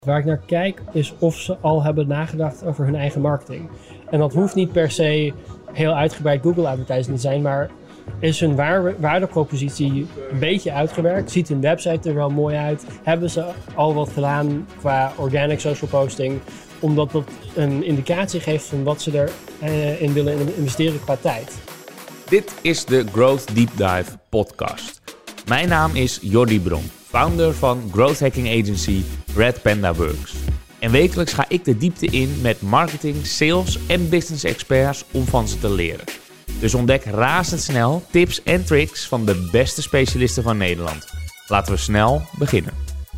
Waar ik naar kijk is of ze al hebben nagedacht over hun eigen marketing. En dat hoeft niet per se heel uitgebreid Google advertising te zijn, maar is hun waardepropositie een beetje uitgewerkt? Ziet hun website er wel mooi uit? Hebben ze al wat gedaan qua organic social posting? Omdat dat een indicatie geeft van wat ze erin willen investeren qua tijd. Dit is de Growth Deep Dive podcast. Mijn naam is Jordi Bron, founder van growth hacking agency Red Panda Works. En wekelijks ga ik de diepte in met marketing, sales en business experts om van ze te leren. Dus ontdek razendsnel tips en tricks van de beste specialisten van Nederland. Laten we snel beginnen.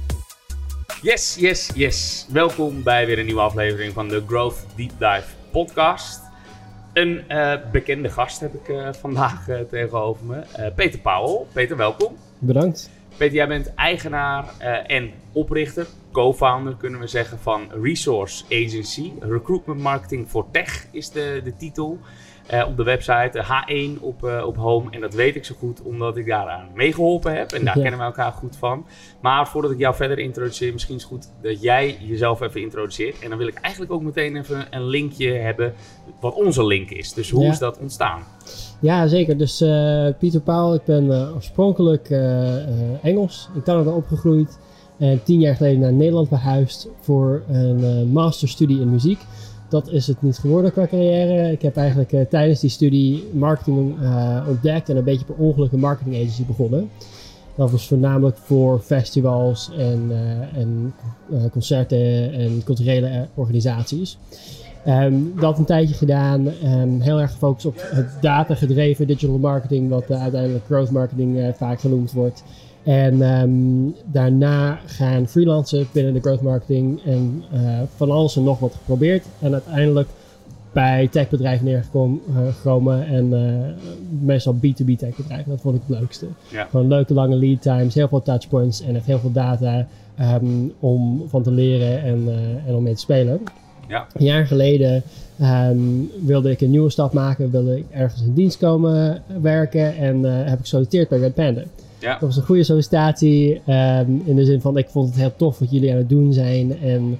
Yes. Welkom bij weer een nieuwe aflevering van de Growth Deep Dive podcast. Een bekende gast heb ik vandaag tegenover me. Peter Powell. Peter, welkom. Bedankt. Peter, jij bent eigenaar en oprichter, co-founder kunnen we zeggen, van Resource Agency. Recruitment Marketing for Tech is de titel. Op de website H1 op Home. En dat weet ik zo goed omdat ik daaraan meegeholpen heb. En daar kennen we elkaar goed van. Maar voordat ik jou verder introduceer, misschien is het goed dat jij jezelf even introduceert. En dan wil ik eigenlijk ook meteen even een linkje hebben wat onze link is. Dus hoe is dat ontstaan? Ja, zeker. Dus Peter Powell, ik ben oorspronkelijk Engels. In Canada opgegroeid. En 10 jaar geleden naar Nederland verhuisd voor een masterstudie in muziek. Dat is het niet geworden qua carrière. Ik heb eigenlijk tijdens die studie marketing ontdekt en een beetje per ongeluk een marketing agency begonnen. Dat was voornamelijk voor festivals en concerten en culturele organisaties. Dat een tijdje gedaan, heel erg gefocust op het data-gedreven digital marketing, wat uiteindelijk growth marketing vaak genoemd wordt. En daarna gaan freelancen binnen de growth marketing en van alles en nog wat geprobeerd. En uiteindelijk bij techbedrijven neergekomen en meestal B2B techbedrijven. Dat vond ik het leukste. Ja. Gewoon leuke lange lead times, heel veel touchpoints en echt heel veel data om van te leren en om mee te spelen. Ja. Een jaar geleden wilde ik een nieuwe stap maken, wilde ik ergens in dienst komen werken en heb ik gesolliciteerd bij Red Panda. Ja. Dat was een goede sollicitatie in de zin van ik vond het heel tof wat jullie aan het doen zijn en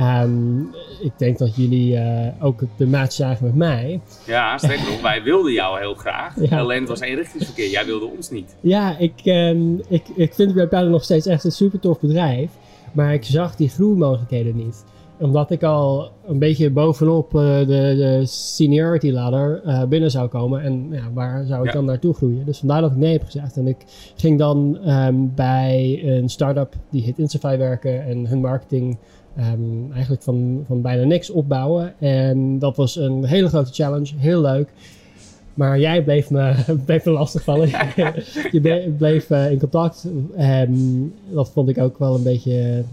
ik denk dat jullie ook de match zagen met mij. Ja, sterker nog, wij wilden jou heel graag, alleen het was eenrichtingsverkeer, jij wilde ons niet. Ja, ik vind Red Panda nog steeds echt een super tof bedrijf, maar ik zag die groeimogelijkheden niet. Omdat ik al een beetje bovenop de seniority ladder binnen zou komen. En ja, waar zou ik dan naartoe groeien? Dus vandaar dat ik nee heb gezegd. En ik ging dan bij een start-up die heet Insify werken. En hun marketing eigenlijk van bijna niks opbouwen. En dat was een hele grote challenge. Heel leuk. Maar jij bleef me lastigvallen. Je bleef in contact. Dat vond ik ook wel een beetje...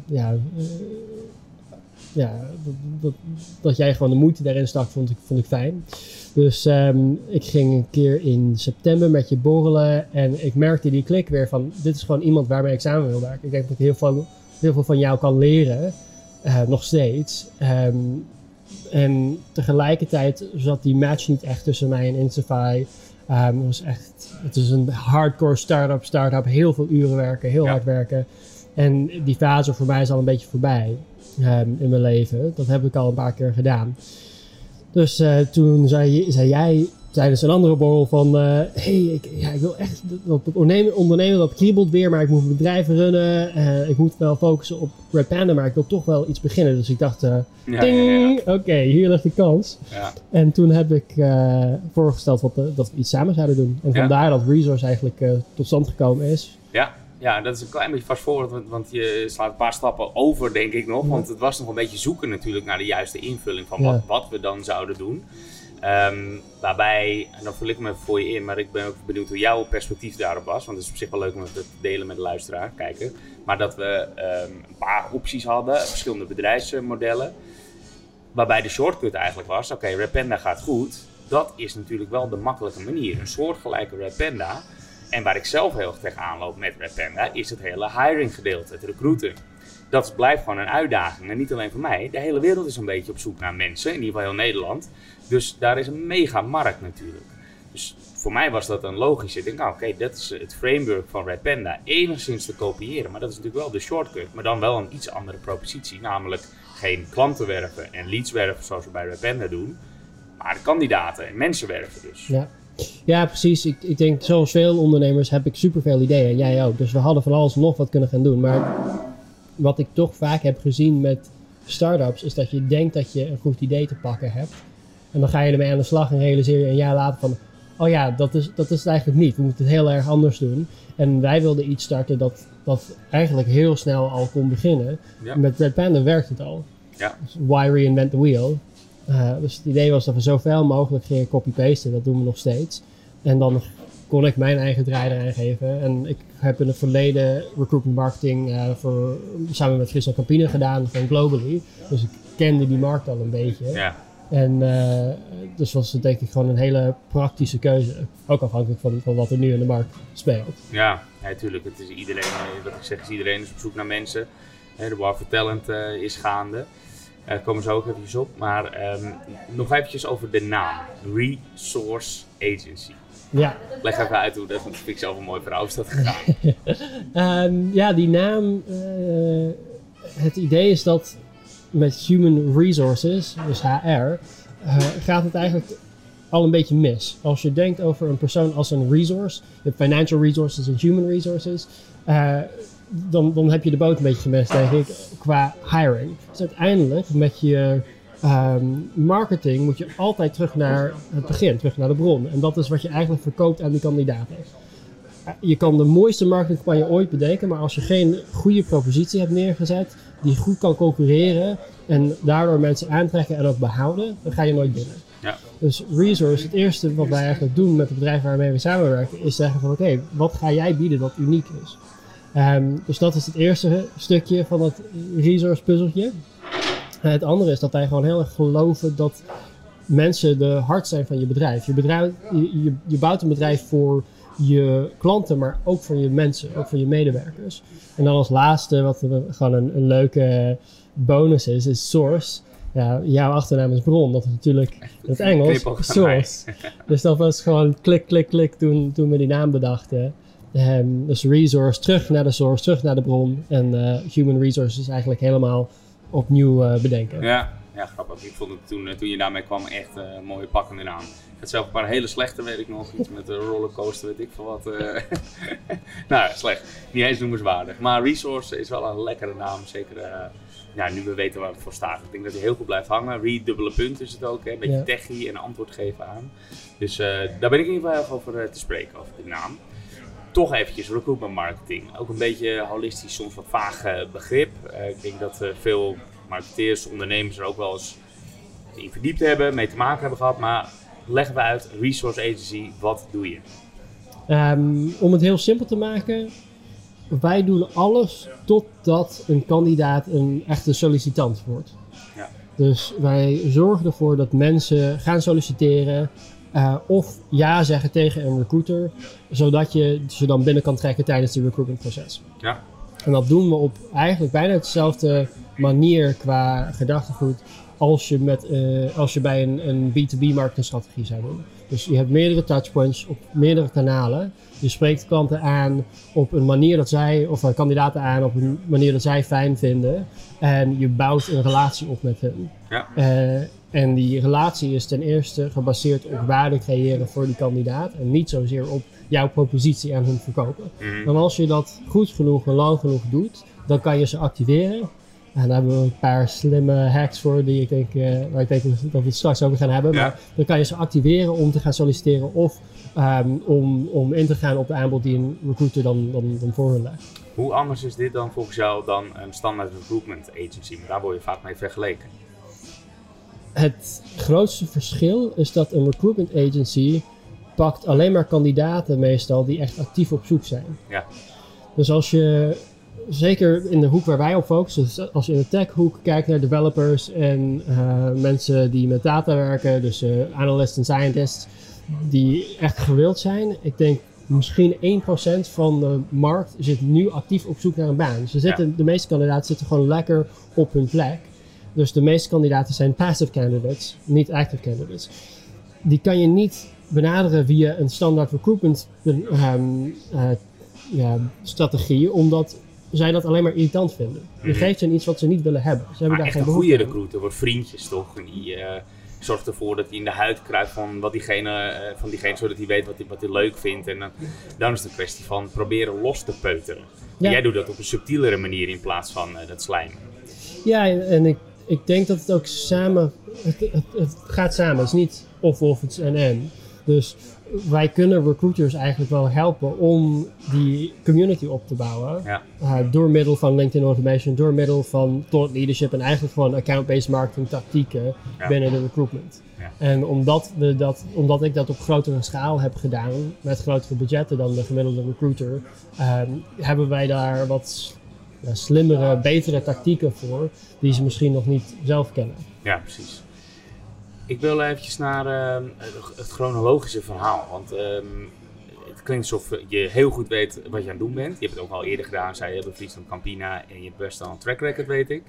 dat jij gewoon de moeite daarin stak, vond ik fijn. Dus ik ging een keer in september met je borrelen en ik merkte die klik weer van, dit is gewoon iemand waarmee ik samen wil werken. Ik denk dat ik heel veel van jou kan leren, nog steeds. En tegelijkertijd zat die match niet echt tussen mij en Insify. Het is een hardcore start-up, heel veel uren werken, heel hard werken. En die fase voor mij is al een beetje voorbij. In mijn leven. Dat heb ik al een paar keer gedaan. Dus toen zei jij tijdens een andere borrel van... ik wil echt... Dat ondernemen dat kriebelt weer, maar ik moet mijn bedrijf runnen. Ik moet wel focussen op Red Panda, maar ik wil toch wel iets beginnen. Dus ik dacht, oké, hier ligt de kans. Ja. En toen heb ik voorgesteld dat we iets samen zouden doen. En vandaar dat Resource eigenlijk tot stand gekomen is. Ja, dat is een klein beetje vast forward, want je slaat een paar stappen over, denk ik nog. Want het was nog een beetje zoeken natuurlijk naar de juiste invulling van wat we dan zouden doen. Waarbij, en dan vul ik me even voor je in, maar ik ben ook benieuwd hoe jouw perspectief daarop was. Want het is op zich wel leuk om het te delen met de luisteraar, kijken. Maar dat we een paar opties hadden, verschillende bedrijfsmodellen. Waarbij de shortcut eigenlijk was, oké, Red Panda gaat goed. Dat is natuurlijk wel de makkelijke manier. Een soortgelijke Red Panda. En waar ik zelf heel erg tegenaan loop met Red Panda is het hele hiring gedeelte, het recruiten. Dat blijft gewoon een uitdaging. En niet alleen voor mij. De hele wereld is een beetje op zoek naar mensen. In ieder geval heel Nederland. Dus daar is een mega markt natuurlijk. Dus voor mij was dat een logisch. Ik denk, oké, dat is het framework van Red Panda. Enigszins te kopiëren, maar dat is natuurlijk wel de shortcut. Maar dan wel een iets andere propositie. Namelijk geen klanten werven en leads werven zoals we bij Red Panda doen. Maar de kandidaten en mensen werven dus. Ja, precies. Ik denk, zoals veel ondernemers heb ik superveel ideeën. En jij ook. Dus we hadden van alles nog wat kunnen gaan doen. Maar wat ik toch vaak heb gezien met start-ups is dat je denkt dat je een goed idee te pakken hebt. En dan ga je ermee aan de slag en realiseer je een jaar later van, oh ja, dat is het eigenlijk niet. We moeten het heel erg anders doen. En wij wilden iets starten dat eigenlijk heel snel al kon beginnen. Ja. Met Red Panda werkt het al. Ja. Dus why reinvent the wheel? Dus het idee was dat we zoveel mogelijk gingen copy-pasten. Dat doen we nog steeds. En dan kon ik mijn eigen draai eraan geven. En ik heb in het verleden recruitment marketing samen met Christian Campina gedaan van Globally. Dus ik kende die markt al een beetje. Ja. En dus was het denk ik gewoon een hele praktische keuze. Ook afhankelijk van wat er nu in de markt speelt. Ja, natuurlijk. Het is iedereen, wat ik zeg, iedereen is op zoek naar mensen. De war for talent is gaande. Daar komen ze ook eventjes op. Maar nog eventjes over de naam. Resource Agency. Ja. Leg even uit hoe dat, vind ik zelf een mooi verhaal is dat gegaan. Ja, die naam. Het idee is dat met human resources, dus HR, gaat het eigenlijk al een beetje mis. Als je denkt over een persoon als een resource, je hebt financial resources en human resources, dan heb je de boot een beetje gemist, denk ik, qua hiring. Dus uiteindelijk met je marketing moet je altijd terug naar het begin, terug naar de bron. En dat is wat je eigenlijk verkoopt aan die kandidaten. Je kan de mooiste marketingcampagne ooit bedenken, maar als je geen goede propositie hebt neergezet, die goed kan concurreren en daardoor mensen aantrekken en ook behouden, dan ga je nooit binnen. Ja. Dus Resource, het eerste wat wij eigenlijk doen met het bedrijf waarmee we samenwerken, is zeggen van oké, wat ga jij bieden dat uniek is? Dus dat is het eerste stukje van het Resource puzzeltje. Het andere is dat wij gewoon heel erg geloven dat mensen de hart zijn van je bedrijf. Je bouwt een bedrijf voor je klanten, maar ook voor je mensen, ook voor je medewerkers. En dan als laatste, wat gewoon een leuke bonus is Source. Ja, jouw achternaam is Bron, dat is natuurlijk in het Engels Source. Dus dat was gewoon klik, klik, klik toen we die naam bedachten. Dus Resource, terug naar de Source, terug naar de bron. En Human Resource is eigenlijk helemaal opnieuw bedenken. Ja, grappig. Ik vond het toen je daarmee kwam echt een mooie pakkende naam. Ik had zelf een paar hele slechte, weet ik nog. Iets met de rollercoaster, weet ik veel wat. Nou, slecht. Niet eens noemenswaardig. Maar Resource is wel een lekkere naam. Zeker nu we weten waar het voor staat. Ik denk dat hij heel goed blijft hangen. Dubbele punt is het ook. Een beetje techie en antwoord geven aan. Dus daar ben ik in ieder geval heel over te spreken, over de naam. Toch eventjes recruitment marketing. Ook een beetje holistisch, soms wat vaag begrip. Ik denk dat veel marketeers, ondernemers er ook wel eens in verdiept hebben, mee te maken hebben gehad. Maar leggen we uit, Resource Agency, wat doe je? Om het heel simpel te maken, wij doen alles totdat een kandidaat een echte sollicitant wordt. Ja. Dus wij zorgen ervoor dat mensen gaan solliciteren of ja zeggen tegen een recruiter, zodat je ze dan binnen kan trekken tijdens het recruitmentproces. Ja. En dat doen we op eigenlijk bijna dezelfde manier qua gedachtegoed als je bij een B2B marketingstrategie zou doen. Dus je hebt meerdere touchpoints op meerdere kanalen. Je spreekt klanten aan op een manier dat zij, of kandidaten aan op een manier dat zij fijn vinden. En je bouwt een relatie op met hen. Ja. En die relatie is ten eerste gebaseerd op waarde creëren voor die kandidaat. En niet zozeer op jouw propositie aan hun verkopen. Mm-hmm. En als je dat goed genoeg en lang genoeg doet, dan kan je ze activeren. En daar hebben we een paar slimme hacks voor waar ik denk dat we het straks over gaan hebben. Ja. Maar dan kan je ze activeren om te gaan solliciteren of om in te gaan op de aanbod die een recruiter dan voor hun legt. Hoe anders is dit dan volgens jou dan een standaard recruitment agency? Maar daar word je vaak mee vergeleken. Het grootste verschil is dat een recruitment agency pakt alleen maar kandidaten meestal die echt actief op zoek zijn. Ja. Dus als je, zeker in de hoek waar wij op focussen, dus als je in de techhoek kijkt naar developers en mensen die met data werken, dus analysts en scientists, die echt gewild zijn. Ik denk misschien 1% van de markt zit nu actief op zoek naar een baan. Dus de meeste kandidaten zitten gewoon lekker op hun plek. Dus de meeste kandidaten zijn passive candidates, niet active candidates. Die kan je niet benaderen via een standaard recruitment strategie, omdat zij dat alleen maar irritant vinden. Je geeft hen iets wat ze niet willen hebben. Ze hebben daar geen behoefte aan. Een goede recruiter wordt vriendjes, toch? En die zorgt ervoor dat hij in de huid kruipt van diegene, zodat hij weet wat hij leuk vindt. En dan is het een kwestie van proberen los te peuteren. Ja. Jij doet dat op een subtielere manier in plaats van dat slijmen. Ja, en ik denk dat het ook samen... Het gaat samen. Het is niet of, het is en. Dus wij kunnen recruiters eigenlijk wel helpen om die community op te bouwen. Ja. Door middel van LinkedIn automation, door middel van thought leadership en eigenlijk gewoon account-based marketing tactieken binnen de recruitment. Ja. En omdat ik dat op grotere schaal heb gedaan, met grotere budgetten dan de gemiddelde recruiter, hebben wij daar wat slimmere, betere tactieken voor, die ze misschien nog niet zelf kennen. Ja, precies. Ik wil eventjes naar het chronologische verhaal, want het klinkt alsof je heel goed weet wat je aan het doen bent. Je hebt het ook al eerder gedaan, zei je, bij Friesland Campina en je hebt best wel een track record, weet ik.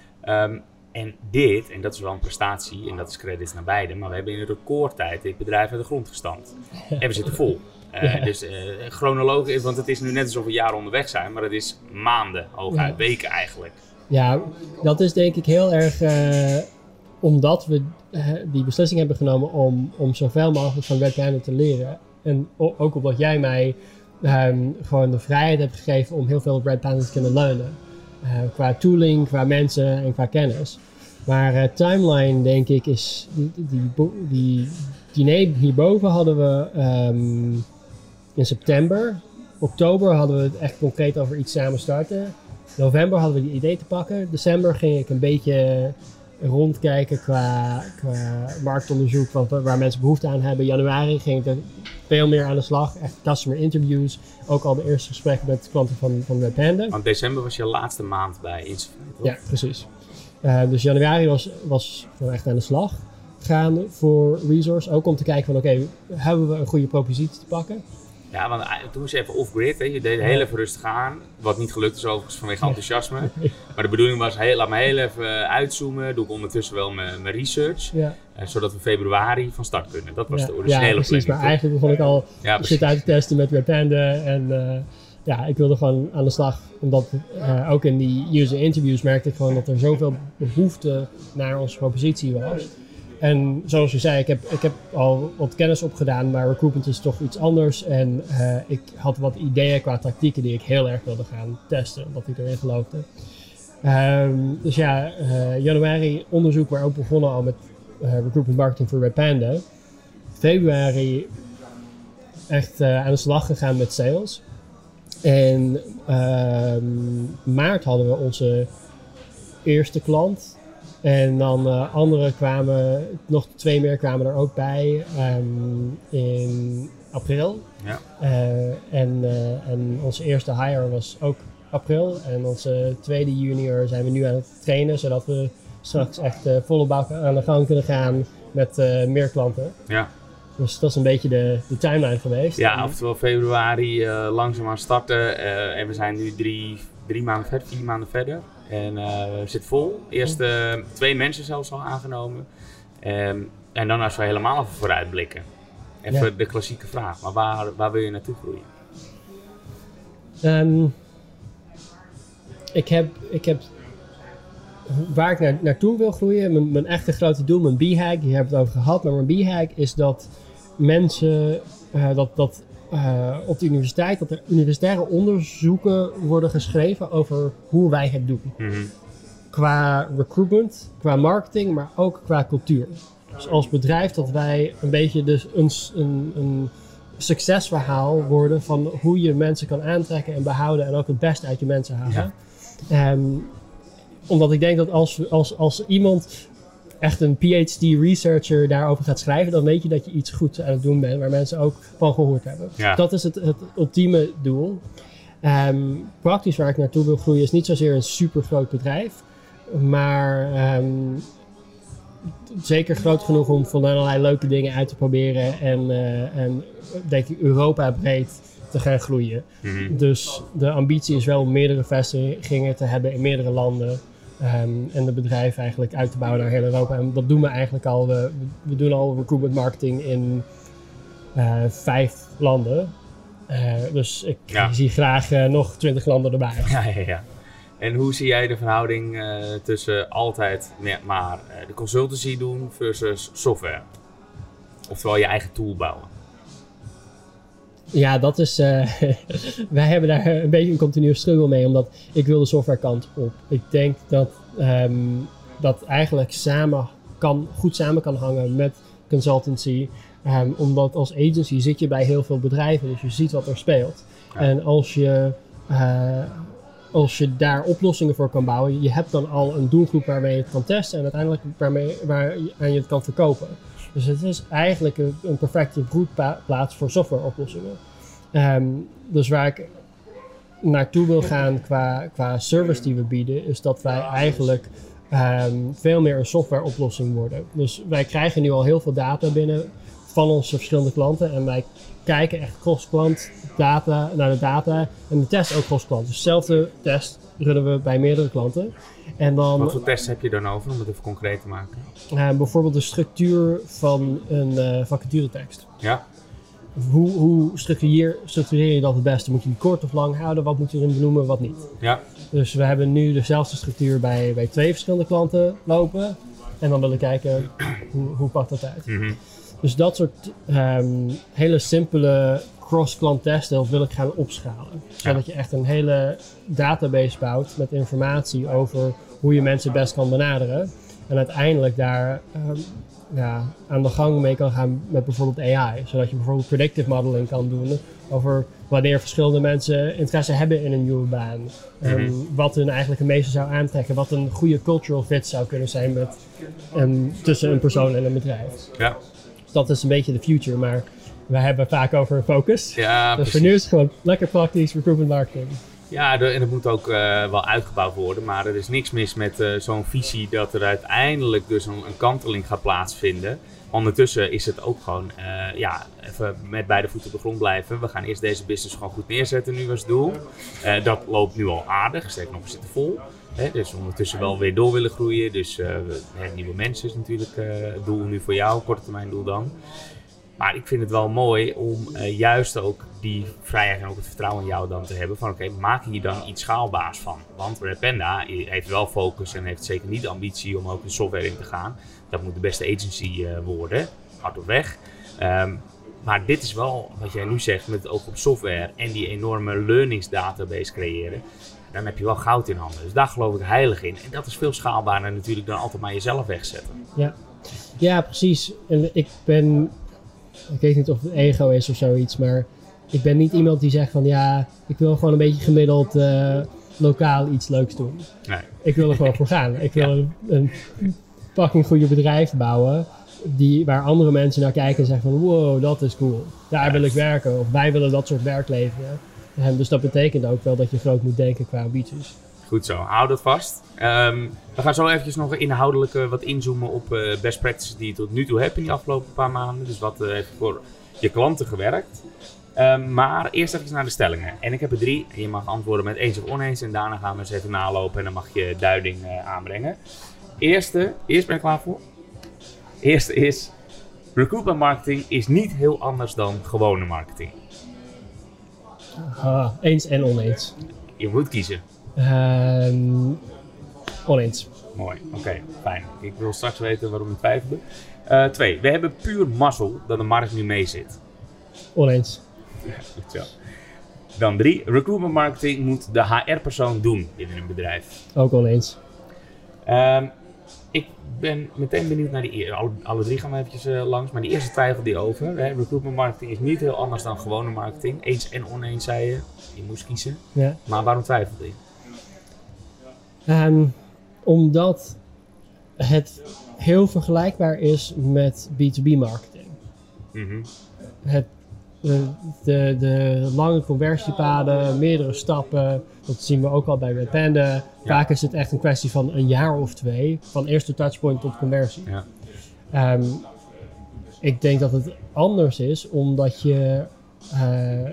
En dat is wel een prestatie en dat is credits naar beide, maar we hebben in een recordtijd dit bedrijf uit de grond gestampt. En we zitten vol. Dus chronologisch, want het is nu net alsof we jaren onderweg zijn, maar het is maanden, hooguit weken eigenlijk. Ja, dat is denk ik heel erg omdat we die beslissing hebben genomen om zoveel mogelijk van Red Panda te leren. En ook omdat jij mij gewoon de vrijheid hebt gegeven om heel veel op Red Panda te kunnen leunen. Qua tooling, qua mensen en qua kennis. Maar timeline denk ik is, die diner hierboven hadden we in september. Oktober hadden we het echt concreet over iets samen starten. November hadden we die idee te pakken. December ging ik een beetje rondkijken qua marktonderzoek, waar mensen behoefte aan hebben. Januari ging ik er veel meer aan de slag. Echt customer interviews. Ook al de eerste gesprekken met klanten van Red Panda. Want december was je laatste maand bij Insight, toch? Ja, precies. Dus januari was gewoon echt aan de slag gaan voor Resource. Ook om te kijken van oké, hebben we een goede propositie te pakken? Ja, want toen was je even off-grid. Hè? Je deed heel even rustig aan. Wat niet gelukt is overigens vanwege enthousiasme. Maar de bedoeling was, laat me heel even uitzoomen. Doe ik ondertussen wel mijn research. Ja. Zodat we februari van start kunnen. Dat was de originele planning. Ja, precies. Maar eigenlijk begon ik al shit uit te testen met Red Panda. En ik wilde gewoon aan de slag. Omdat ook in die user interviews merkte ik gewoon dat er zoveel behoefte naar onze propositie was. En zoals je zei, ik heb al wat kennis opgedaan, maar recruitment is toch iets anders. En ik had wat ideeën qua tactieken die ik heel erg wilde gaan testen, omdat ik erin geloofde. Dus januari onderzoek, maar ook begonnen al met recruitment marketing voor Red Panda. Februari echt aan de slag gegaan met sales. En maart hadden we onze eerste klant. En dan andere kwamen, nog 2 meer kwamen er ook bij in april. Ja. En onze eerste hire was ook april. En onze tweede junior zijn we nu aan het trainen, zodat we straks echt volle bak aan de gang kunnen gaan met meer klanten. Ja. Dus dat is een beetje de timeline geweest. Ja, oftewel februari langzaamaan starten en we zijn nu 4 maanden verder. En we zitten vol. Eerst 2 mensen zelfs al aangenomen. En dan als we helemaal even vooruit blikken. Even de klassieke vraag. Maar waar wil je naartoe groeien? Ik heb waar ik naartoe wil groeien. Mijn echte grote doel, mijn B-hack. Hier hebben we het over gehad. Maar mijn B-hack is dat mensen... op de universiteit, dat er universitaire onderzoeken worden geschreven over hoe wij het doen. Mm-hmm. Qua recruitment, qua marketing, maar ook qua cultuur. Dus als bedrijf dat wij een beetje dus een succesverhaal worden van hoe je mensen kan aantrekken en behouden en ook het beste uit je mensen halen. Ja. Omdat ik denk dat als iemand echt een PhD-researcher daarover gaat schrijven, dan weet je dat je iets goed aan het doen bent, waar mensen ook van gehoord hebben. Ja. Dat is het ultieme doel. Praktisch waar ik naartoe wil groeien is niet zozeer een super groot bedrijf, maar zeker groot genoeg om van allerlei leuke dingen uit te proberen en denk ik Europa breed te gaan groeien. Mm-hmm. Dus de ambitie is wel om meerdere vestigingen te hebben in meerdere landen. En de bedrijven eigenlijk uit te bouwen naar heel Europa. En dat doen we eigenlijk al. We doen al recruitment marketing in 5 landen. Dus ik zie graag nog 20 landen erbij. Ja. En hoe zie jij de verhouding tussen altijd maar de consultancy doen versus software? Oftewel je eigen tool bouwen? Ja, dat is... wij hebben daar een beetje een continue struggle mee, omdat ik wil de softwarekant op. Ik denk dat eigenlijk goed samen kan hangen met consultancy. Omdat als agency zit je bij heel veel bedrijven, dus je ziet wat er speelt. Ja. En als je daar oplossingen voor kan bouwen, je hebt dan al een doelgroep waarmee je het kan testen en uiteindelijk waar je het kan verkopen. Dus het is eigenlijk een perfecte broedplaats voor softwareoplossingen. Dus waar ik naartoe wil gaan qua service die we bieden, is dat wij eigenlijk veel meer een softwareoplossing worden. Dus wij krijgen nu al heel veel data binnen van onze verschillende klanten en wij kijken echt cross-klant data naar de data en de test ook cross-klant. Dus dezelfde test runnen we bij meerdere klanten. En dan, wat voor tests heb je dan over, om het even concreet te maken? Bijvoorbeeld de structuur van een vacaturetekst. Ja. Hoe structureer je dat het beste? Moet je die kort of lang houden? Wat moet je erin benoemen, wat niet? Ja. Dus we hebben nu dezelfde structuur bij 2 verschillende klanten lopen. En dan willen we kijken, hoe pakt dat uit? Mm-hmm. Dus dat soort hele simpele cross-klant testen wil ik gaan opschalen. Zodat je echt een hele database bouwt met informatie over hoe je mensen best kan benaderen. En uiteindelijk daar aan de gang mee kan gaan met bijvoorbeeld AI. Zodat je bijvoorbeeld predictive modeling kan doen over wanneer verschillende mensen interesse hebben in een nieuwe baan. Wat hun eigenlijk het meeste zou aantrekken. Wat een goede cultural fit zou kunnen zijn tussen een persoon en een bedrijf. Ja. Dat is een beetje de future, maar we hebben vaak over focus. Ja, dus voor nu is het gewoon lekker praktisch recruitment marketing. Ja, en dat moet ook wel uitgebouwd worden, maar er is niks mis met zo'n visie dat er uiteindelijk dus een kanteling gaat plaatsvinden. Ondertussen is het ook gewoon even met beide voeten op de grond blijven. We gaan eerst deze business gewoon goed neerzetten nu als doel. Dat loopt nu al aardig, zeker nog, we zitten vol. Dus ondertussen wel weer door willen groeien. Dus nieuwe mensen is natuurlijk het doel nu voor jou, korte termijn doel dan. Maar ik vind het wel mooi om juist ook die vrijheid en ook het vertrouwen in jou dan te hebben. Van oké, maak hier dan iets schaalbaars van. Want Redpanda heeft wel focus en heeft zeker niet de ambitie om ook de software in te gaan. Dat moet de beste agency worden, hard op weg. Maar dit is wel wat jij nu zegt met het oog op software en die enorme learningsdatabase creëren. Dan heb je wel goud in handen. Dus daar geloof ik heilig in. En dat is veel schaalbaarder natuurlijk dan altijd maar jezelf wegzetten. Ja, precies. En ik weet niet of het ego is of zoiets, maar ik ben niet iemand die zegt van ik wil gewoon een beetje gemiddeld lokaal iets leuks doen. Nee. Ik wil er gewoon voor gaan. Ik wil een fucking goede bedrijf bouwen waar andere mensen naar kijken en zeggen van wow, dat is cool. Daar wil ik werken. Of wij willen dat soort werk leveren. Dus dat betekent ook wel dat je groot moet denken qua ambities. Goed zo, hou dat vast. We gaan zo eventjes nog inhoudelijk wat inzoomen op best practices die je tot nu toe hebt in die afgelopen paar maanden. Dus wat heeft voor je klanten gewerkt. Maar eerst even naar de stellingen. En ik heb er 3 en je mag antwoorden met eens of oneens. En daarna gaan we eens even nalopen en dan mag je duiding aanbrengen. Eerst ben je klaar voor? Eerste is, recruitment marketing is niet heel anders dan gewone marketing. Eens en oneens. Je moet kiezen. Oneens. Mooi, oké, fijn. Ik wil straks weten waarom ik twijfelde. 2. We hebben puur mazzel dat de markt nu mee zit. Oneens. Ja, goed zo. Dan 3. Recruitment marketing moet de HR-persoon doen binnen een bedrijf. Ook oneens. Ik ben meteen benieuwd naar die alle 3 gaan we eventjes langs. Maar die eerste twijfel die over. Recruitment marketing is niet heel anders dan gewone marketing. Eens en oneens zei je. Je moest kiezen. Ja. Maar waarom twijfelde je? Omdat het heel vergelijkbaar is met B2B marketing. Mm-hmm. De lange conversiepaden, meerdere stappen, dat zien we ook al bij Redpanda. Ja. Vaak is het echt een kwestie van een jaar of 2, van eerste touchpoint tot conversie. Ja. Ik denk dat het anders is, omdat je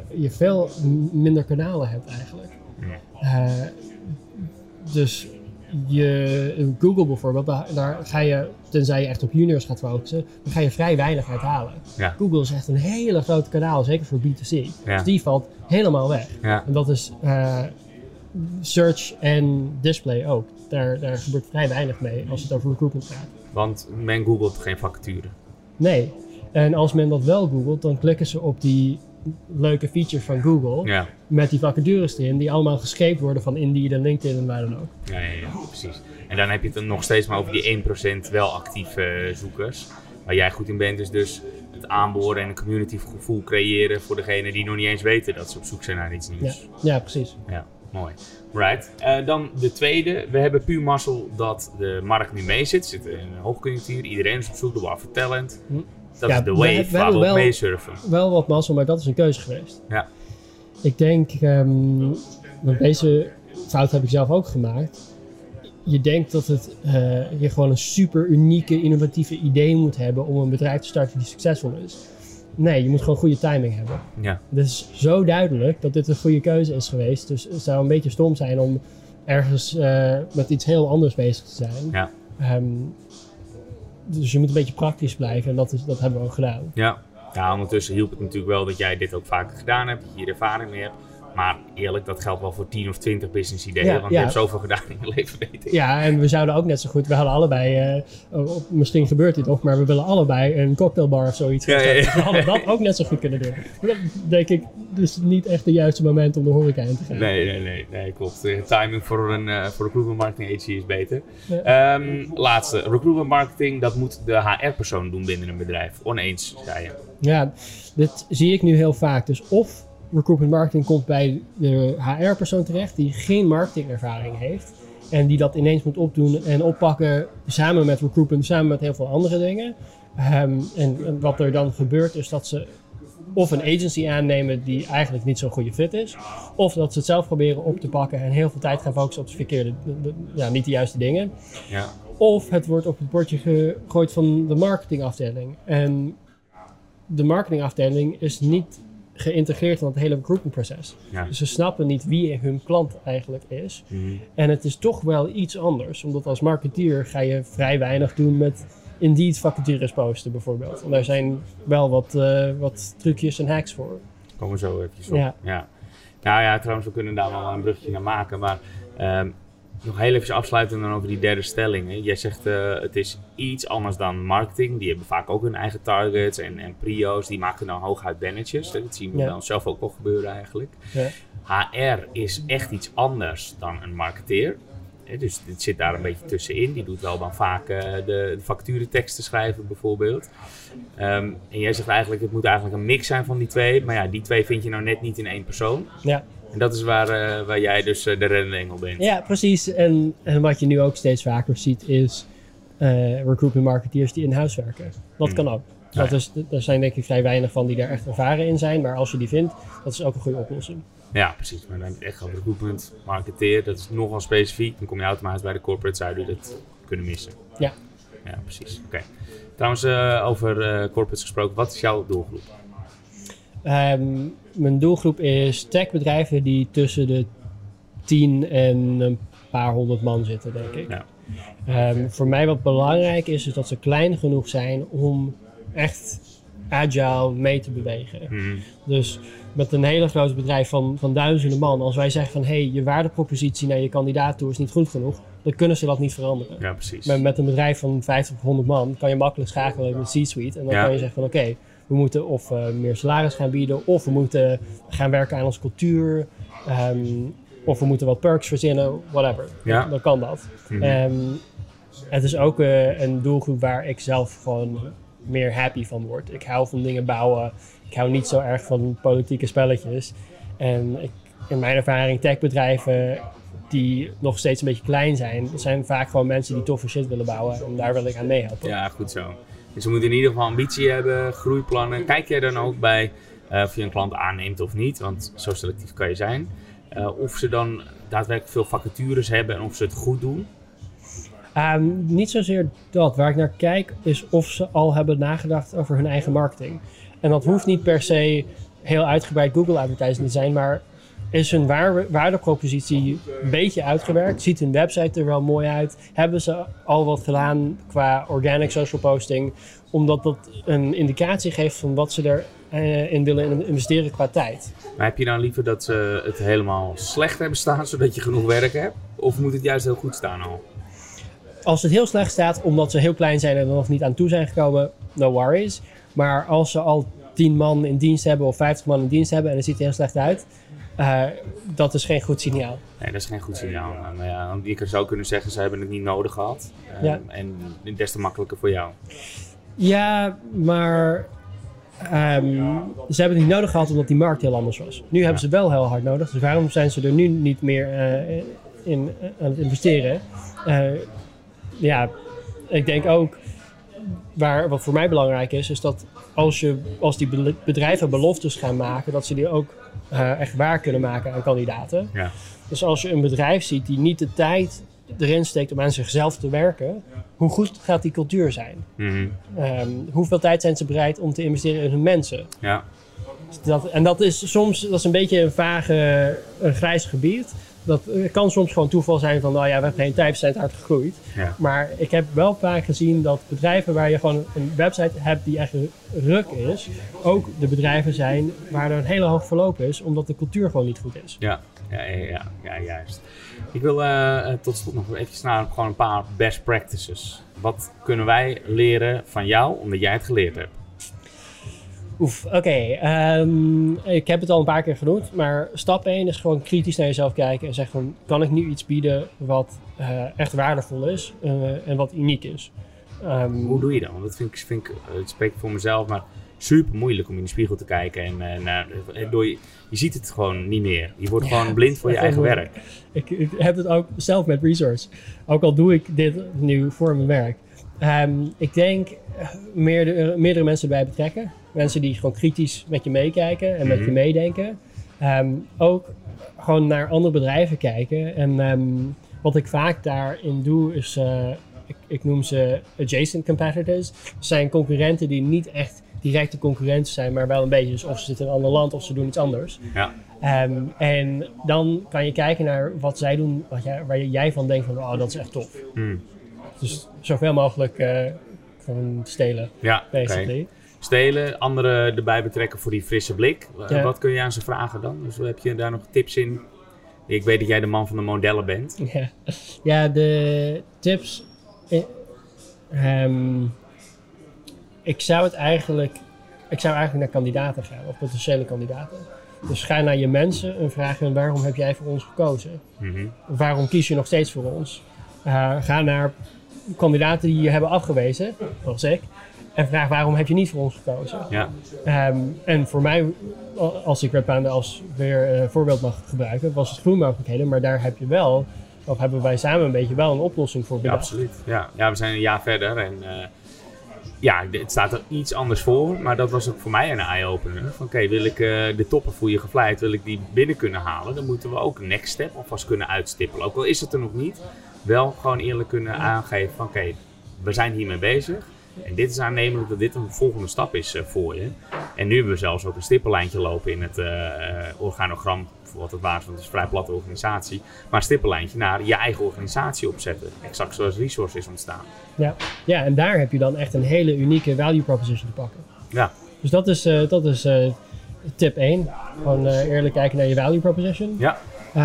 veel minder kanalen hebt eigenlijk. Ja. Dus Google bijvoorbeeld, daar ga je, tenzij je echt op juniors gaat focussen, dan ga je vrij weinig uithalen. Ja. Google is echt een hele grote kanaal, zeker voor B2C. Ja. Dus die valt helemaal weg. Ja. En dat is search en display ook. Daar gebeurt vrij weinig mee als het over recruitment gaat. Want men googelt geen vacature. Nee. En als men dat wel googelt, dan klikken ze op die leuke features van Google. Ja. Met die vacatures erin, die allemaal gescheept worden van Indeed en LinkedIn en waar dan ook. Ja, precies. En dan heb je het dan nog steeds maar over die 1% wel actieve zoekers. Waar jij goed in bent, is dus het aanboren en een community gevoel creëren voor degenen die nog niet eens weten dat ze op zoek zijn naar iets nieuws. Ja, precies. Ja, mooi. Right. Dan de tweede. We hebben puur mazzel dat de markt nu mee zit. Er zit een hoogconjunctuur. Iedereen is op zoek, de war for talent. Dat is de wave waar we op meesurfen. Wel wat mazzel, maar dat is een keuze geweest. Ja. Ik denk, want deze fout heb ik zelf ook gemaakt. Je denkt dat je gewoon een super unieke, innovatieve idee moet hebben om een bedrijf te starten die succesvol is. Nee, je moet gewoon goede timing hebben. Ja. Het is zo duidelijk dat dit een goede keuze is geweest. Dus het zou een beetje stom zijn om ergens met iets heel anders bezig te zijn. Ja. Dus je moet een beetje praktisch blijven en dat hebben we ook gedaan. Ja. Ja, ondertussen hielp het natuurlijk wel dat jij dit ook vaker gedaan hebt, dat je hier ervaring mee hebt. Maar eerlijk, dat geldt wel voor 10 of 20 business ideeën, want je hebt zoveel gedaan in je leven, weet ik. Ja, en we zouden ook net zo goed, we hadden allebei, misschien gebeurt dit nog, maar we willen allebei een cocktailbar of zoiets. Ja. We hadden dat ook net zo goed kunnen doen. Dat denk ik dus niet echt het juiste moment om de horeca in te gaan. Nee, klopt. Timing voor een recruitment marketing agency is beter. Ja. Laatste, recruitment marketing, dat moet de HR-persoon doen binnen een bedrijf. Oneens, zei je. Ja, dit zie ik nu heel vaak. Dus of recruitment marketing komt bij de HR-persoon terecht die geen marketingervaring heeft en die dat ineens moet opdoen en oppakken samen met recruitment, samen met heel veel andere dingen. En wat er dan gebeurt is dat ze of een agency aannemen die eigenlijk niet zo'n goede fit is, of dat ze het zelf proberen op te pakken en heel veel tijd gaan focussen op de verkeerde, niet de juiste dingen. Ja. Of het wordt op het bordje gegooid van de marketingafdeling. En de marketingafdeling is niet geïntegreerd in het hele recruitmentproces. Ja. Dus ze snappen niet wie hun klant eigenlijk is. Mm-hmm. En het is toch wel iets anders. Omdat als marketeer ga je vrij weinig doen met Indeed vacatures posten bijvoorbeeld. En daar zijn wel wat trucjes en hacks voor. Komen we zo eventjes op. Ja. Nou ja, trouwens we kunnen daar wel een bruggetje naar maken. Maar nog heel even afsluiten dan over die derde stelling. Hè. Jij zegt het is iets anders dan marketing. Die hebben vaak ook hun eigen targets en prio's. Die maken dan hooguit bannertjes. Dat zien we bij onszelf ook wel gebeuren eigenlijk. Ja. HR is echt iets anders dan een marketeer. Dus dit zit daar een beetje tussenin. Die doet wel dan vaak de facturenteksten schrijven bijvoorbeeld. En jij zegt eigenlijk het moet eigenlijk een mix zijn van die twee. Maar ja, die twee vind je nou net niet in één persoon. Ja. En dat is waar jij dus de reddende engel bent. Ja, precies. En wat je nu ook steeds vaker ziet is recruitment marketeers die in-house werken. Dat kan ook. Ja. Er zijn denk ik vrij weinig van die daar echt ervaren in zijn. Maar als je die vindt, dat is ook een goede oplossing. Ja, precies. Maar dan heb je echt over recruitment marketeer. Dat is nogal specifiek. Dan kom je automatisch bij de corporate, zou je dat kunnen missen. Ja. Ja, precies. Oké. Trouwens, over corporates gesproken. Wat is jouw doelgroep? Mijn doelgroep is techbedrijven die tussen de 10 en een paar honderd man zitten, denk ik. Ja. Voor mij wat belangrijk is dat ze klein genoeg zijn om echt agile mee te bewegen. Dus met een hele groot bedrijf van duizenden man, als wij zeggen van hey, je waardepropositie naar je kandidaat toe is niet goed genoeg, dan kunnen ze dat niet veranderen. Ja, precies. Maar met een bedrijf van 50 of 100 man kan je makkelijk schakelen met C-suite en dan kan je zeggen van oké, we moeten of meer salaris gaan bieden, of we moeten gaan werken aan onze cultuur, of we moeten wat perks verzinnen, whatever. Ja. Dan kan dat. Het is ook een doelgroep waar ik zelf gewoon meer happy van word. Ik hou van dingen bouwen. Ik hou niet zo erg van politieke spelletjes. En in mijn ervaring, techbedrijven die nog steeds een beetje klein zijn, dat zijn vaak gewoon mensen die toffe shit willen bouwen. En daar wil ik aan meehelpen. Ja, goed zo. Dus we moeten in ieder geval ambitie hebben, groeiplannen. Kijk jij dan ook bij of je een klant aanneemt of niet, want zo selectief kan je zijn. Of ze dan daadwerkelijk veel vacatures hebben en of ze het goed doen? Niet zozeer dat. Waar ik naar kijk is of ze al hebben nagedacht over hun eigen marketing. En dat hoeft niet per se heel uitgebreid Google advertising te zijn, maar is hun waardepropositie een beetje uitgewerkt? Ziet hun website er wel mooi uit? Hebben ze al wat gedaan qua organic social posting? Omdat dat een indicatie geeft van wat ze erin willen investeren qua tijd. Maar heb je dan liever dat ze het helemaal slecht hebben staan, zodat je genoeg werk hebt? Of moet het juist heel goed staan al? Als het heel slecht staat, omdat ze heel klein zijn en er nog niet aan toe zijn gekomen, no worries. Maar als ze al 10 man in dienst hebben of 50 man in dienst hebben en het ziet er heel slecht uit, dat is geen goed signaal. Nee, dat is geen goed signaal. Maar ja, je zou kunnen zeggen, ze hebben het niet nodig gehad. En des te makkelijker voor jou. Ja, maar ze hebben het niet nodig gehad omdat die markt heel anders was. Nu hebben ze wel heel hard nodig. Dus waarom zijn ze er nu niet meer aan het investeren? Ik denk ook, wat voor mij belangrijk is dat als die bedrijven beloftes gaan maken, dat ze die ook echt waar kunnen maken aan kandidaten. Ja. Dus als je een bedrijf ziet die niet de tijd erin steekt om aan zichzelf te werken, hoe goed gaat die cultuur zijn? Mm-hmm. Hoeveel tijd zijn ze bereid om te investeren in hun mensen? Ja. Dat is een beetje een grijs gebied. Dat kan soms gewoon toeval zijn van, we hebben geen tijd, we zijn hard gegroeid. Ja. Maar ik heb wel vaak gezien dat bedrijven waar je gewoon een website hebt die echt ruk is, ook de bedrijven zijn waar er een hele hoog verloop is, omdat de cultuur gewoon niet goed is. Ja, juist. Ik wil tot slot nog even naar gewoon een paar best practices. Wat kunnen wij leren van jou, omdat jij het geleerd hebt? Ik heb het al een paar keer genoemd, maar stap 1 is gewoon kritisch naar jezelf kijken en zeggen van, kan ik nu iets bieden wat echt waardevol is en wat uniek is? Hoe doe je dat? Want dat vind ik het spreekt voor mezelf, maar super moeilijk om in de spiegel te kijken je ziet het gewoon niet meer. Je wordt gewoon blind voor je eigen werk. Ik heb het ook zelf met Resource, ook al doe ik dit nu voor mijn werk. Ik denk meerdere mensen bij betrekken. Mensen die gewoon kritisch met je meekijken en met je meedenken. Ook gewoon naar andere bedrijven kijken. En wat ik vaak daarin doe is, ik noem ze adjacent competitors. Dat zijn concurrenten die niet echt directe concurrenten zijn, maar wel een beetje. Dus of ze zitten in een ander land of ze doen iets anders. Ja. En dan kan je kijken naar wat zij doen, waar jij van denkt van, dat is echt tof. Dus zoveel mogelijk van stelen, basically. Okay. Stelen, anderen erbij betrekken voor die frisse blik. Wat kun je aan ze vragen dan? Dus heb je daar nog tips in? Ik weet dat jij de man van de modellen bent. Ja, de tips. Ik zou eigenlijk naar kandidaten gaan, of potentiële kandidaten. Dus ga naar je mensen en vraag hen, waarom heb jij voor ons gekozen? Mm-hmm. Waarom kies je nog steeds voor ons? Ga naar kandidaten die je hebben afgewezen, zoals ik. En vraag, waarom heb je niet voor ons gekozen? Ja. En voor mij, als ik Red Panda als weer een voorbeeld mag gebruiken, was het groenmogelijkheden. Maar daar heb je wel, of hebben wij samen een beetje wel een oplossing voor bedacht. Ja, absoluut. Ja, we zijn een jaar verder en het staat er iets anders voor. Maar dat was ook voor mij een eye-opener. Van wil ik de toppen voor je gevleid, wil ik die binnen kunnen halen, dan moeten we ook een next step alvast kunnen uitstippelen. Ook al is het er nog niet, wel gewoon eerlijk kunnen aangeven van we zijn hiermee bezig. En dit is aannemelijk dat dit een volgende stap is voor je. En nu hebben we zelfs ook een stippenlijntje lopen in het organogram, voor wat het waard is, want het is een vrij platte organisatie. Maar een stippenlijntje naar je eigen organisatie opzetten. Exact zoals Resource is ontstaan. Ja, en daar heb je dan echt een hele unieke value proposition te pakken. Ja. Dus dat is tip 1. Gewoon eerlijk kijken naar je value proposition. Ja.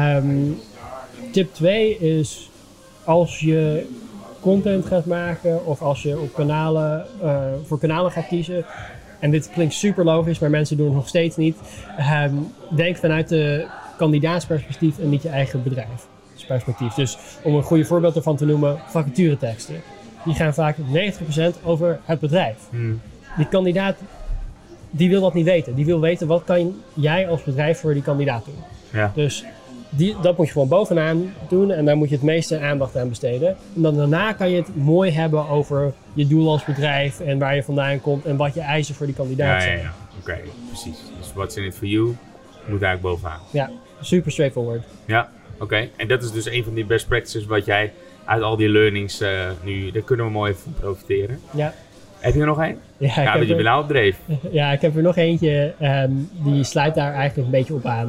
Tip 2 is, als je content gaat maken of als je op voor kanalen gaat kiezen. En dit klinkt super logisch, maar mensen doen het nog steeds niet. Denk vanuit de kandidaatsperspectief en niet je eigen bedrijfsperspectief. Dus om een goede voorbeeld ervan te noemen, vacatureteksten. Die gaan vaak 90% over het bedrijf. Die kandidaat, die wil dat niet weten. Die wil weten, wat kan jij als bedrijf voor die kandidaat doen? Ja. Dus dat moet je gewoon bovenaan doen en daar moet je het meeste aandacht aan besteden. En dan daarna kan je het mooi hebben over je doel als bedrijf en waar je vandaan komt en wat je eisen voor die kandidaat zijn. Ja. Oké, precies. Dus what's in it for you moet eigenlijk bovenaan. Ja, super straightforward. Ja, oké. En dat is dus een van die best practices wat jij uit al die learnings nu, daar kunnen we mooi van profiteren. Ja. Heb je er nog één? Ja, dat je nou op dreef. Ja, ik heb er nog eentje, die sluit daar eigenlijk een beetje op aan.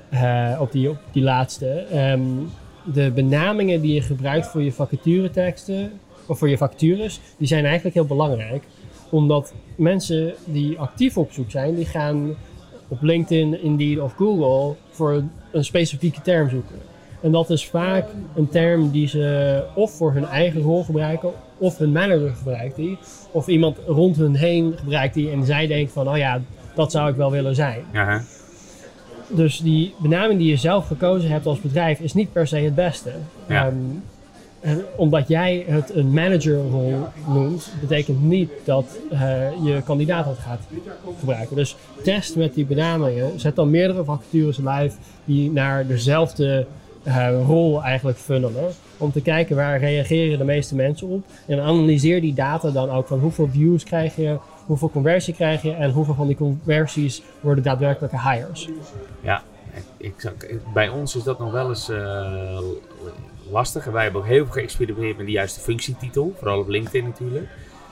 op die laatste. De benamingen die je gebruikt voor je vacatureteksten of voor je vacatures, die zijn eigenlijk heel belangrijk. Omdat mensen die actief op zoek zijn, die gaan op LinkedIn, Indeed of Google voor een specifieke term zoeken. En dat is vaak een term die ze of voor hun eigen rol gebruiken, of hun manager gebruikt die, of iemand rond hun heen gebruikt die en zij denkt van, oh ja, dat zou ik wel willen zijn. Uh-huh. Dus die benaming die je zelf gekozen hebt als bedrijf is niet per se het beste. Ja. Omdat jij het een managerrol noemt, betekent niet dat je kandidaat dat gaat gebruiken. Dus test met die benamingen. Zet dan meerdere vacatures live die naar dezelfde rol eigenlijk funnelen. Om te kijken waar reageren de meeste mensen op. En analyseer die data dan ook van hoeveel views krijg je, hoeveel conversie krijg je en hoeveel van die conversies worden daadwerkelijke hires. Ja, bij ons is dat nog wel eens lastig. En wij hebben ook heel veel geëxperimenteerd met de juiste functietitel. Vooral op LinkedIn natuurlijk.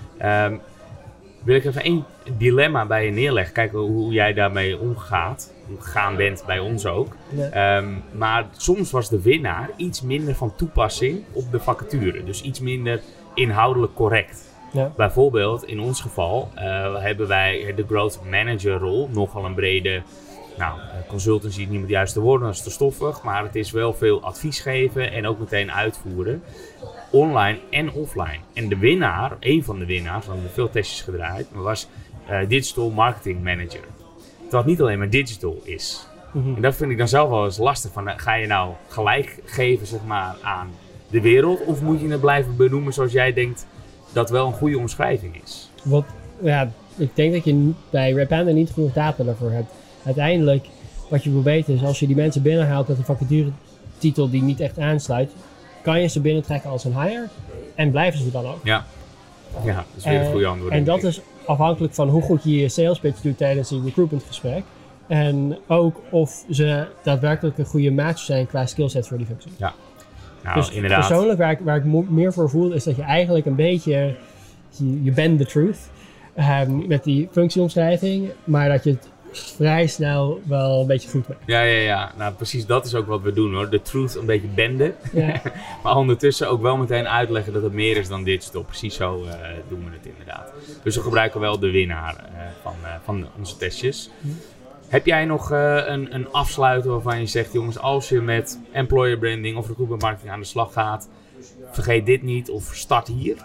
Wil ik even één dilemma bij je neerleggen. Kijken hoe jij daarmee omgegaan bent bij ons ook. Ja. Maar soms was de winnaar iets minder van toepassing op de vacature. Dus iets minder inhoudelijk correct. Ja. Bijvoorbeeld in ons geval hebben wij de Growth Manager rol. Nogal een brede consultancy is niet met de juiste woorden, dat is te stoffig. Maar het is wel veel advies geven en ook meteen uitvoeren. Online en offline. En de winnaar, een van de winnaars, we hebben veel testjes gedraaid, was Digital Marketing Manager. Terwijl het niet alleen maar digital is. Mm-hmm. En dat vind ik dan zelf wel eens lastig. Ga je nou gelijk geven zeg maar, aan de wereld? Of moet je het blijven benoemen zoals jij denkt dat wel een goede omschrijving is? Ik denk dat je bij Red Panda niet genoeg data daarvoor hebt. Uiteindelijk, wat je wil weten is als je die mensen binnenhaalt met een vacaturetitel die niet echt aansluit, kan je ze binnentrekken als een hire en blijven ze dan ook. Ja, dat is weer een goede antwoord. En dat is afhankelijk van hoe goed je je sales pitch doet tijdens een recruitment gesprek. En ook of ze daadwerkelijk een goede match zijn qua skillset voor die functie. Ja, dus inderdaad. Persoonlijk waar ik meer voor voel is dat je eigenlijk een beetje, je bent the truth met die functieomschrijving, maar dat je het vrij snel wel een beetje goed maakt. Ja. Nou, precies dat is ook wat we doen hoor. De truth een beetje benden. Ja. Maar ondertussen ook wel meteen uitleggen dat het meer is dan digital. Precies zo doen we het inderdaad. Dus we gebruiken wel de winnaar van onze testjes. Heb jij nog een afsluiter waarvan je zegt, jongens, als je met employer branding of recruitment marketing aan de slag gaat, vergeet dit niet of start hier?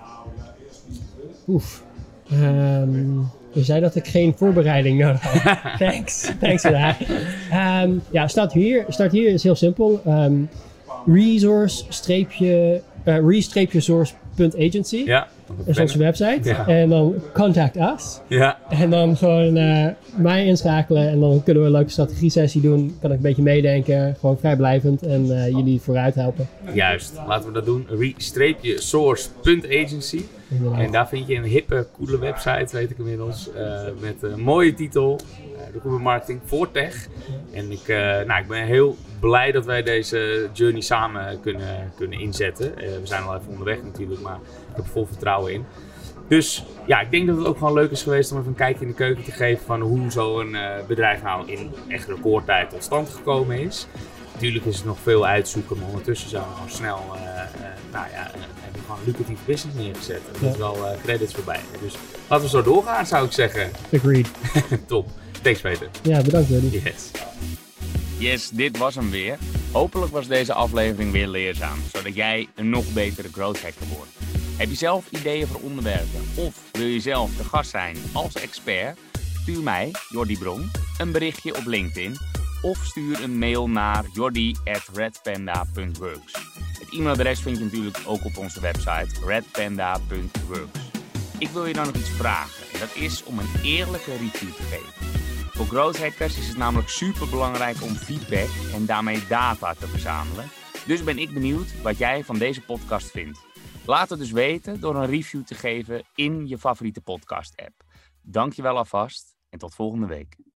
Je zei dat ik geen voorbereiding nodig had. Thanks voor dat. Start hier is heel simpel. re-source.agency. Ja. Dat is onze website. Ja. En dan contact us. Ja. En dan gewoon mij inschakelen. En dan kunnen we een leuke strategie-sessie doen. Kan ik een beetje meedenken. Gewoon vrijblijvend. En jullie vooruit helpen. Juist. Laten we dat doen. re-source.agency. En daar vind je een hippe, coole website, weet ik inmiddels. Met een mooie titel. Recruitment marketing voor tech. En ik ben heel blij dat wij deze journey samen kunnen inzetten. We zijn al even onderweg natuurlijk, maar ik heb er vol vertrouwen in. Dus ja, ik denk dat het ook gewoon leuk is geweest om even een kijkje in de keuken te geven van hoe zo'n bedrijf nou in echt recordtijd tot stand gekomen is. Natuurlijk is het nog veel uitzoeken, maar ondertussen zijn we gewoon snel heb je gewoon een lucratief business neergezet. En dat is wel credits voorbij. Dus laten we zo doorgaan, zou ik zeggen. Agreed. Top. Thanks, Peter. Ja, bedankt, Jordi. Yes, dit was hem weer. Hopelijk was deze aflevering weer leerzaam, zodat jij een nog betere growth hacker wordt. Heb je zelf ideeën voor onderwerpen of wil je zelf de gast zijn als expert? Stuur mij, Jordi Bron, een berichtje op LinkedIn of stuur een mail naar jordi@redpanda.works. Het e-mailadres vind je natuurlijk ook op onze website redpanda.works. Ik wil je dan nog iets vragen en dat is om een eerlijke review te geven. Voor growth hackers is het namelijk super belangrijk om feedback en daarmee data te verzamelen. Dus ben ik benieuwd wat jij van deze podcast vindt. Laat het dus weten door een review te geven in je favoriete podcast app. Dank je wel alvast en tot volgende week.